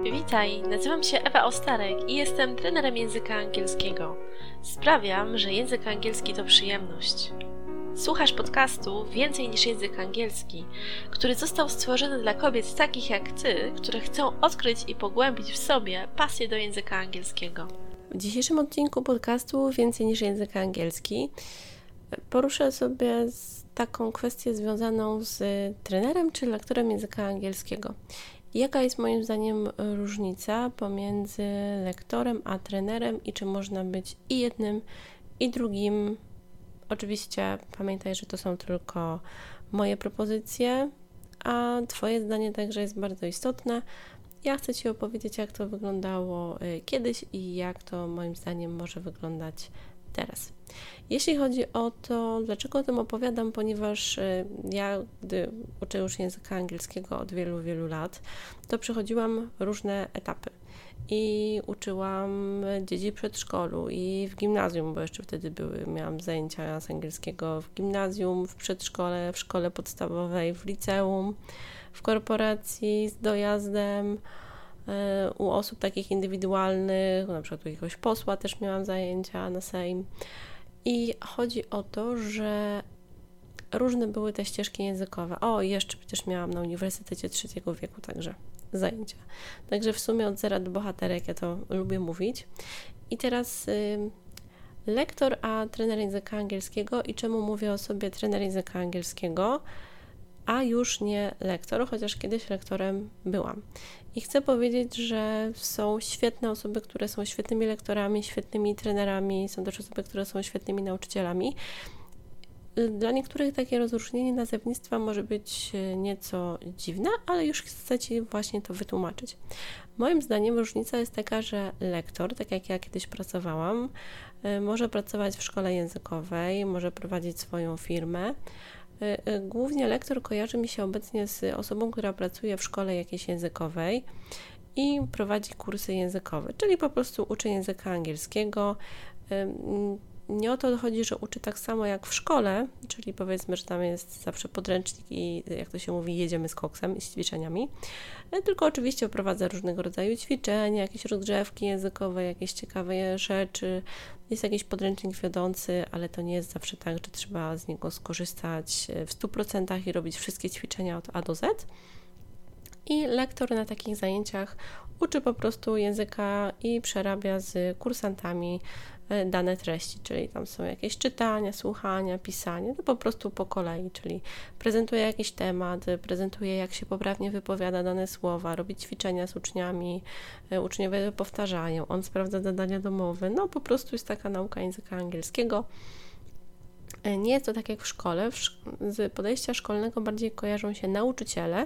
Witaj, nazywam się Ewa Ostarek i jestem trenerem języka angielskiego. Sprawiam, że język angielski to przyjemność. Słuchasz podcastu Więcej niż język angielski, który został stworzony dla kobiet takich jak Ty, które chcą odkryć i pogłębić w sobie pasję do języka angielskiego. W dzisiejszym odcinku podcastu Więcej niż język angielski poruszę sobie taką kwestię związaną z trenerem czy lektorem języka angielskiego. Jaka jest moim zdaniem różnica pomiędzy lektorem a trenerem i czy można być i jednym, i drugim? Oczywiście pamiętaj, że to są tylko moje propozycje, a Twoje zdanie także jest bardzo istotne. Ja chcę Ci opowiedzieć, jak to wyglądało kiedyś i jak to moim zdaniem może wyglądać teraz. Jeśli chodzi o to, dlaczego o tym opowiadam, ponieważ ja, gdy uczę już języka angielskiego od wielu, wielu lat, to przechodziłam różne etapy i uczyłam dzieci w przedszkolu i w gimnazjum, bo jeszcze wtedy miałam zajęcia z angielskiego w gimnazjum, w przedszkole, w szkole podstawowej, w liceum, w korporacji z dojazdem, u osób takich indywidualnych, na przykład u jakiegoś posła też miałam zajęcia na Sejm. I chodzi o to, że różne były te ścieżki językowe. I jeszcze przecież miałam na Uniwersytecie Trzeciego Wieku także zajęcia. Także w sumie od zera do bohaterek, ja to lubię mówić. I teraz lektor a trener języka angielskiego i czemu mówię o sobie trener języka angielskiego, a już nie lektor, chociaż kiedyś lektorem byłam. I chcę powiedzieć, że są świetne osoby, które są świetnymi lektorami, świetnymi trenerami, są też osoby, które są świetnymi nauczycielami. Dla niektórych takie rozróżnienie nazewnictwa może być nieco dziwne, ale już chcę Ci właśnie to wytłumaczyć. Moim zdaniem różnica jest taka, że lektor, tak jak ja kiedyś pracowałam, może pracować w szkole językowej, może prowadzić swoją firmę. Głównie lektor kojarzy mi się obecnie z osobą, która pracuje w szkole jakiejś językowej i prowadzi kursy językowe, czyli po prostu uczy języka angielskiego. Nie o to chodzi, że uczy tak samo jak w szkole, czyli powiedzmy, że tam jest zawsze podręcznik i jak to się mówi, jedziemy z koksem i z ćwiczeniami, tylko oczywiście wprowadza różnego rodzaju ćwiczenia, jakieś rozgrzewki językowe, jakieś ciekawe rzeczy, jest jakiś podręcznik wiodący, ale to nie jest zawsze tak, że trzeba z niego skorzystać w 100% i robić wszystkie ćwiczenia od A do Z. I lektor na takich zajęciach uczy po prostu języka i przerabia z kursantami dane treści, czyli tam są jakieś czytania, słuchania, pisanie, to po prostu po kolei, czyli prezentuje jakiś temat, prezentuje jak się poprawnie wypowiada dane słowa, robi ćwiczenia z uczniami, uczniowie powtarzają, on sprawdza zadania domowe, po prostu jest taka nauka języka angielskiego. Nie jest to tak jak w szkole, z podejścia szkolnego bardziej kojarzą się nauczyciele,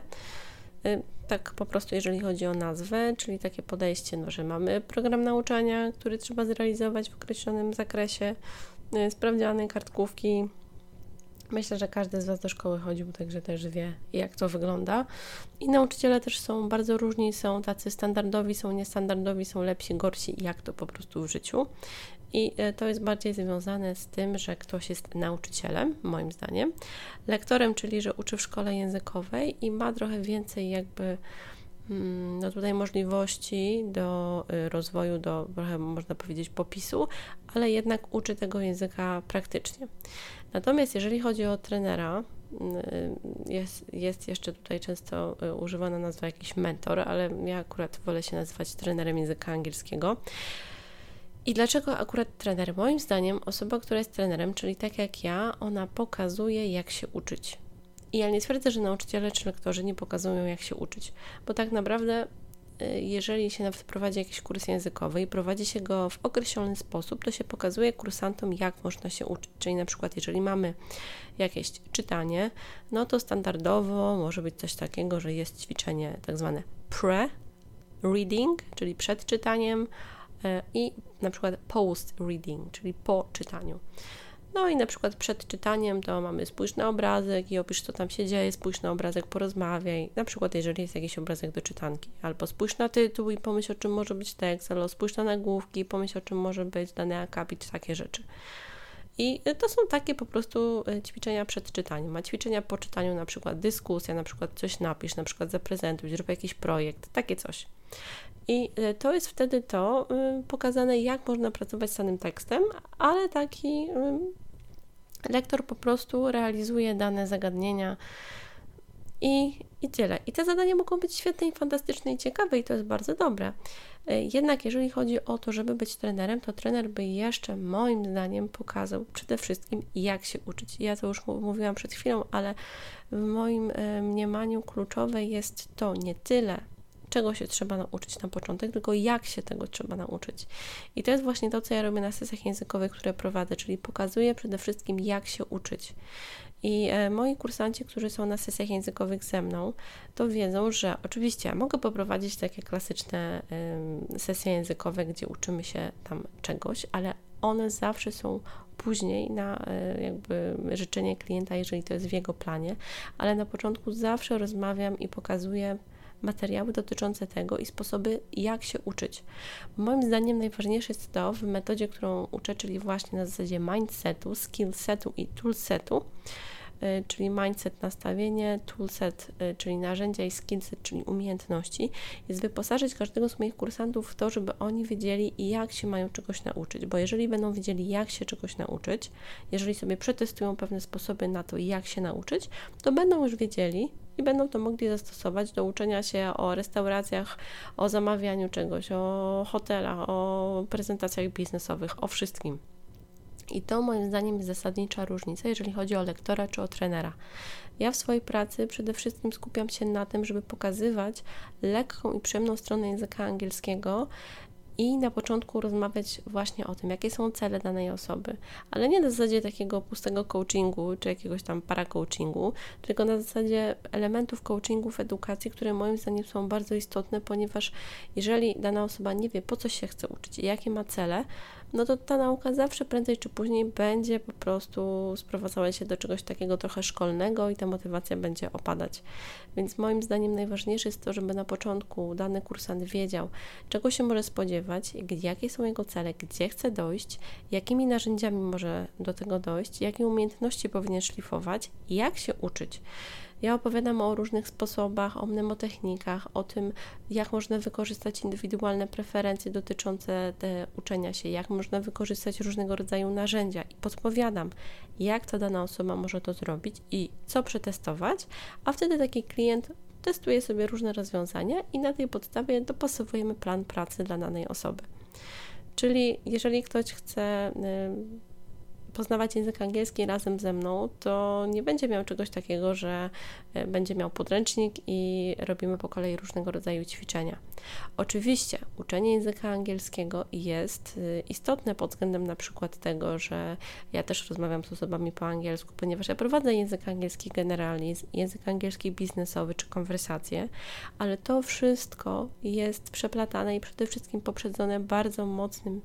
tak po prostu jeżeli chodzi o nazwę, czyli takie podejście, że mamy program nauczania, który trzeba zrealizować w określonym zakresie, sprawdziany, kartkówki. Myślę, że każdy z Was do szkoły chodził, także też wie, jak to wygląda. I nauczyciele też są bardzo różni, są tacy standardowi, są niestandardowi, są lepsi, gorsi, jak to po prostu w życiu. I to jest bardziej związane z tym, że ktoś jest nauczycielem, moim zdaniem, lektorem, czyli że uczy w szkole językowej i ma trochę więcej tutaj możliwości do rozwoju, do trochę można powiedzieć popisu, ale jednak uczy tego języka praktycznie. Natomiast jeżeli chodzi o trenera, jest jeszcze tutaj często używana nazwa jakiś mentor, ale ja akurat wolę się nazywać trenerem języka angielskiego. I dlaczego akurat trener? Moim zdaniem osoba, która jest trenerem, czyli tak jak ja, ona pokazuje, jak się uczyć. I ja nie twierdzę, że nauczyciele czy lektorzy nie pokazują, jak się uczyć, bo tak naprawdę jeżeli się nawet prowadzi jakiś kurs językowy i prowadzi się go w określony sposób, to się pokazuje kursantom, jak można się uczyć. Czyli na przykład, jeżeli mamy jakieś czytanie, to standardowo może być coś takiego, że jest ćwiczenie tak zwane pre-reading, czyli przed czytaniem, i na przykład post-reading, czyli po czytaniu. I na przykład przed czytaniem to mamy spójrz na obrazek i opisz, co tam się dzieje, spójrz na obrazek, porozmawiaj. Na przykład, jeżeli jest jakiś obrazek do czytanki. Albo spójrz na tytuł i pomyśl, o czym może być tekst, albo spójrz na nagłówki i pomyśl, o czym może być dany akapit, takie rzeczy. I to są takie po prostu ćwiczenia przed czytaniem. Ma ćwiczenia po czytaniu, na przykład dyskusja, na przykład coś napisz, na przykład zaprezentuj, zrób jakiś projekt, takie coś. I to jest wtedy pokazane, jak można pracować z danym tekstem, ale taki lektor po prostu realizuje dane zagadnienia i tyle. I te zadania mogą być świetne i fantastyczne i ciekawe i to jest bardzo dobre. Jednak jeżeli chodzi o to, żeby być trenerem, to trener by jeszcze moim zdaniem pokazał przede wszystkim, jak się uczyć. Ja to już mówiłam przed chwilą, ale w moim mniemaniu kluczowe jest to nie tyle, czego się trzeba nauczyć na początek, tylko jak się tego trzeba nauczyć. I to jest właśnie to, co ja robię na sesjach językowych, które prowadzę, czyli pokazuję przede wszystkim, jak się uczyć. I moi kursanci, którzy są na sesjach językowych ze mną, to wiedzą, że oczywiście ja mogę poprowadzić takie klasyczne sesje językowe, gdzie uczymy się tam czegoś, ale one zawsze są później na jakby życzenie klienta, jeżeli to jest w jego planie, ale na początku zawsze rozmawiam i pokazuję materiały dotyczące tego i sposoby, jak się uczyć. Moim zdaniem najważniejsze jest to w metodzie, którą uczę, czyli właśnie na zasadzie mindsetu, skillsetu i toolsetu, czyli mindset, nastawienie, toolset, czyli narzędzia i skillset, czyli umiejętności, jest wyposażyć każdego z moich kursantów w to, żeby oni wiedzieli, jak się mają czegoś nauczyć, bo jeżeli będą wiedzieli, jak się czegoś nauczyć, jeżeli sobie przetestują pewne sposoby na to, jak się nauczyć, to będą już wiedzieli i będą to mogli zastosować do uczenia się o restauracjach, o zamawianiu czegoś, o hotelach, o prezentacjach biznesowych, o wszystkim. I to moim zdaniem jest zasadnicza różnica, jeżeli chodzi o lektora czy o trenera. Ja w swojej pracy przede wszystkim skupiam się na tym, żeby pokazywać lekką i przyjemną stronę języka angielskiego i na początku rozmawiać właśnie o tym, jakie są cele danej osoby, ale nie na zasadzie takiego pustego coachingu czy jakiegoś tam paracoachingu, tylko na zasadzie elementów coachingu w edukacji, które moim zdaniem są bardzo istotne, ponieważ jeżeli dana osoba nie wie, po co się chce uczyć i jakie ma cele, no to ta nauka zawsze prędzej czy później będzie po prostu sprowadzała się do czegoś takiego trochę szkolnego i ta motywacja będzie opadać. Więc moim zdaniem najważniejsze jest to, żeby na początku dany kursant wiedział, czego się może spodziewać, jakie są jego cele, gdzie chce dojść, jakimi narzędziami może do tego dojść, jakie umiejętności powinien szlifować i jak się uczyć. Ja opowiadam o różnych sposobach, o mnemotechnikach, o tym, jak można wykorzystać indywidualne preferencje dotyczące uczenia się, jak można wykorzystać różnego rodzaju narzędzia i podpowiadam, jak ta dana osoba może to zrobić i co przetestować, a wtedy taki klient testuje sobie różne rozwiązania i na tej podstawie dopasowujemy plan pracy dla danej osoby. Czyli jeżeli ktoś chce poznawać język angielski razem ze mną, to nie będzie miał czegoś takiego, że będzie miał podręcznik i robimy po kolei różnego rodzaju ćwiczenia. Oczywiście uczenie języka angielskiego jest istotne pod względem na przykład tego, że ja też rozmawiam z osobami po angielsku, ponieważ ja prowadzę język angielski generalnie, język angielski biznesowy czy konwersacje, ale to wszystko jest przeplatane i przede wszystkim poprzedzone bardzo mocnym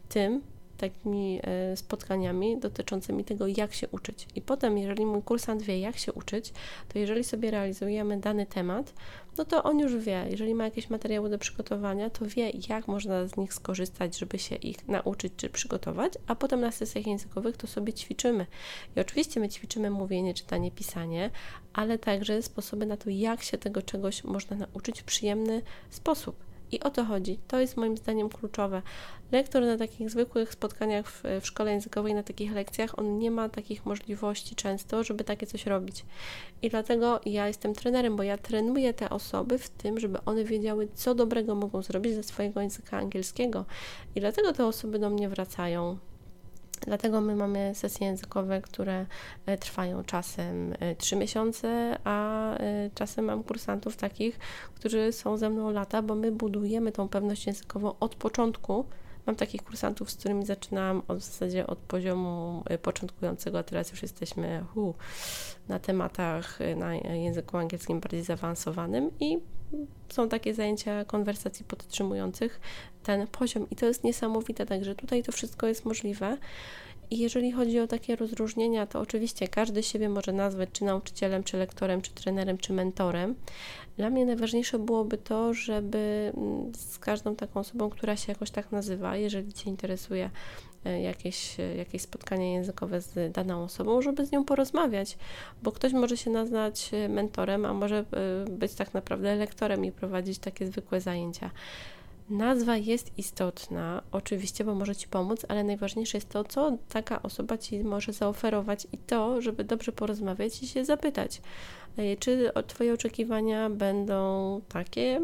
takimi spotkaniami dotyczącymi tego, jak się uczyć. I potem, jeżeli mój kursant wie, jak się uczyć, to jeżeli sobie realizujemy dany temat, no to on już wie, jeżeli ma jakieś materiały do przygotowania, to wie, jak można z nich skorzystać, żeby się ich nauczyć czy przygotować, a potem na sesjach językowych to sobie ćwiczymy. I oczywiście my ćwiczymy mówienie, czytanie, pisanie, ale także sposoby na to, jak się tego czegoś można nauczyć w przyjemny sposób. I o to chodzi. To jest moim zdaniem kluczowe. Lektor na takich zwykłych spotkaniach w szkole językowej, na takich lekcjach, on nie ma takich możliwości często, żeby takie coś robić. I dlatego ja jestem trenerem, bo ja trenuję te osoby w tym, żeby one wiedziały, co dobrego mogą zrobić ze swojego języka angielskiego. I dlatego te osoby do mnie wracają. Dlatego my mamy sesje językowe, które trwają czasem 3 miesiące, a czasem mam kursantów takich, którzy są ze mną lata, bo my budujemy tą pewność językową od początku. Mam takich kursantów, z którymi zaczynałam w zasadzie od poziomu początkującego, a teraz już jesteśmy na tematach na języku angielskim bardziej zaawansowanym i są takie zajęcia konwersacji podtrzymujących ten poziom i to jest niesamowite, także tutaj to wszystko jest możliwe. I jeżeli chodzi o takie rozróżnienia, to oczywiście każdy siebie może nazwać czy nauczycielem, czy lektorem, czy trenerem, czy mentorem. Dla mnie najważniejsze byłoby to, żeby z każdą taką osobą, która się jakoś tak nazywa, jeżeli Cię interesuje jakieś spotkanie językowe z daną osobą, żeby z nią porozmawiać, bo ktoś może się nazwać mentorem, a może być tak naprawdę lektorem i prowadzić takie zwykłe zajęcia. Nazwa jest istotna, oczywiście, bo może Ci pomóc, ale najważniejsze jest to, co taka osoba Ci może zaoferować i to, żeby dobrze porozmawiać i się zapytać, czy Twoje oczekiwania będą takie,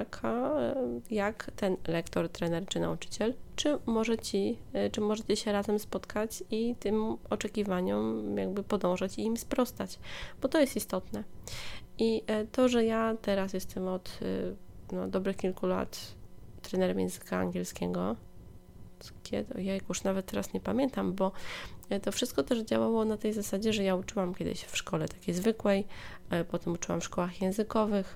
jak ten lektor, trener czy nauczyciel, czy możecie się razem spotkać i tym oczekiwaniom jakby podążać i im sprostać, bo to jest istotne. I to, że ja teraz jestem od dobrych kilku lat trenerem języka angielskiego. Kiedy? Ja już nawet teraz nie pamiętam, bo to wszystko też działało na tej zasadzie, że ja uczyłam kiedyś w szkole takiej zwykłej, potem uczyłam w szkołach językowych,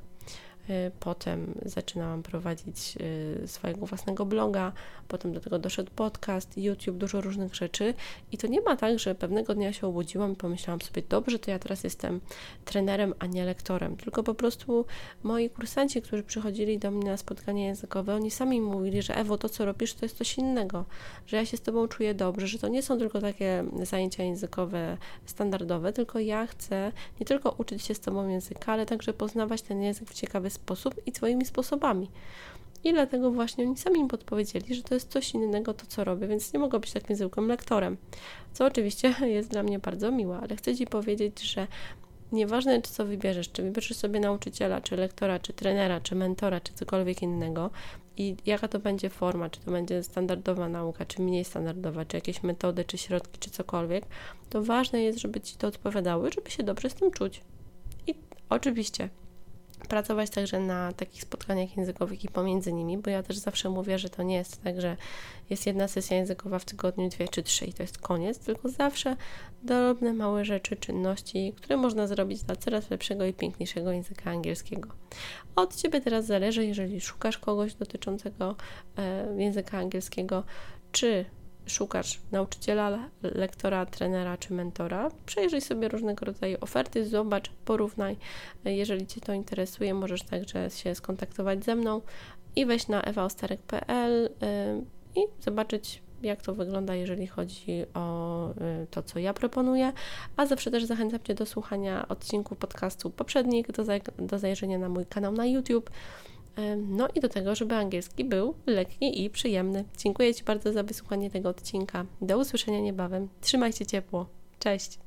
potem zaczynałam prowadzić swojego własnego bloga, potem do tego doszedł podcast, YouTube, dużo różnych rzeczy i to nie ma tak, że pewnego dnia się obudziłam i pomyślałam sobie, dobrze, to ja teraz jestem trenerem, a nie lektorem, tylko po prostu moi kursanci, którzy przychodzili do mnie na spotkanie językowe, oni sami mówili, że Ewo, to co robisz, to jest coś innego, że ja się z Tobą czuję dobrze, że to nie są tylko takie zajęcia językowe standardowe, tylko ja chcę nie tylko uczyć się z Tobą języka, ale także poznawać ten język w ciekawy sposób i swoimi sposobami. I dlatego właśnie oni sami mi podpowiedzieli, że to jest coś innego to, co robię, więc nie mogę być takim zwykłym lektorem, co oczywiście jest dla mnie bardzo miłe, ale chcę Ci powiedzieć, że nieważne, co wybierzesz, czy wybierzesz sobie nauczyciela, czy lektora, czy trenera, czy mentora, czy cokolwiek innego i jaka to będzie forma, czy to będzie standardowa nauka, czy mniej standardowa, czy jakieś metody, czy środki, czy cokolwiek, to ważne jest, żeby Ci to odpowiadały, żeby się dobrze z tym czuć. I oczywiście pracować także na takich spotkaniach językowych i pomiędzy nimi, bo ja też zawsze mówię, że to nie jest tak, że jest jedna sesja językowa w tygodniu, 2 czy 3 i to jest koniec, tylko zawsze drobne, małe rzeczy, czynności, które można zrobić dla coraz lepszego i piękniejszego języka angielskiego. Od Ciebie teraz zależy, jeżeli szukasz kogoś dotyczącego języka angielskiego, czy szukasz nauczyciela, lektora, trenera czy mentora, przejrzyj sobie różnego rodzaju oferty, zobacz, porównaj. Jeżeli Cię to interesuje, możesz także się skontaktować ze mną i wejść na ewaostarek.pl i zobaczyć, jak to wygląda, jeżeli chodzi o to, co ja proponuję, a zawsze też zachęcam Cię do słuchania odcinków podcastu poprzednich, do zajrzenia na mój kanał na YouTube, no i do tego, żeby angielski był lekki i przyjemny. Dziękuję Ci bardzo za wysłuchanie tego odcinka. Do usłyszenia niebawem. Trzymaj się ciepło. Cześć!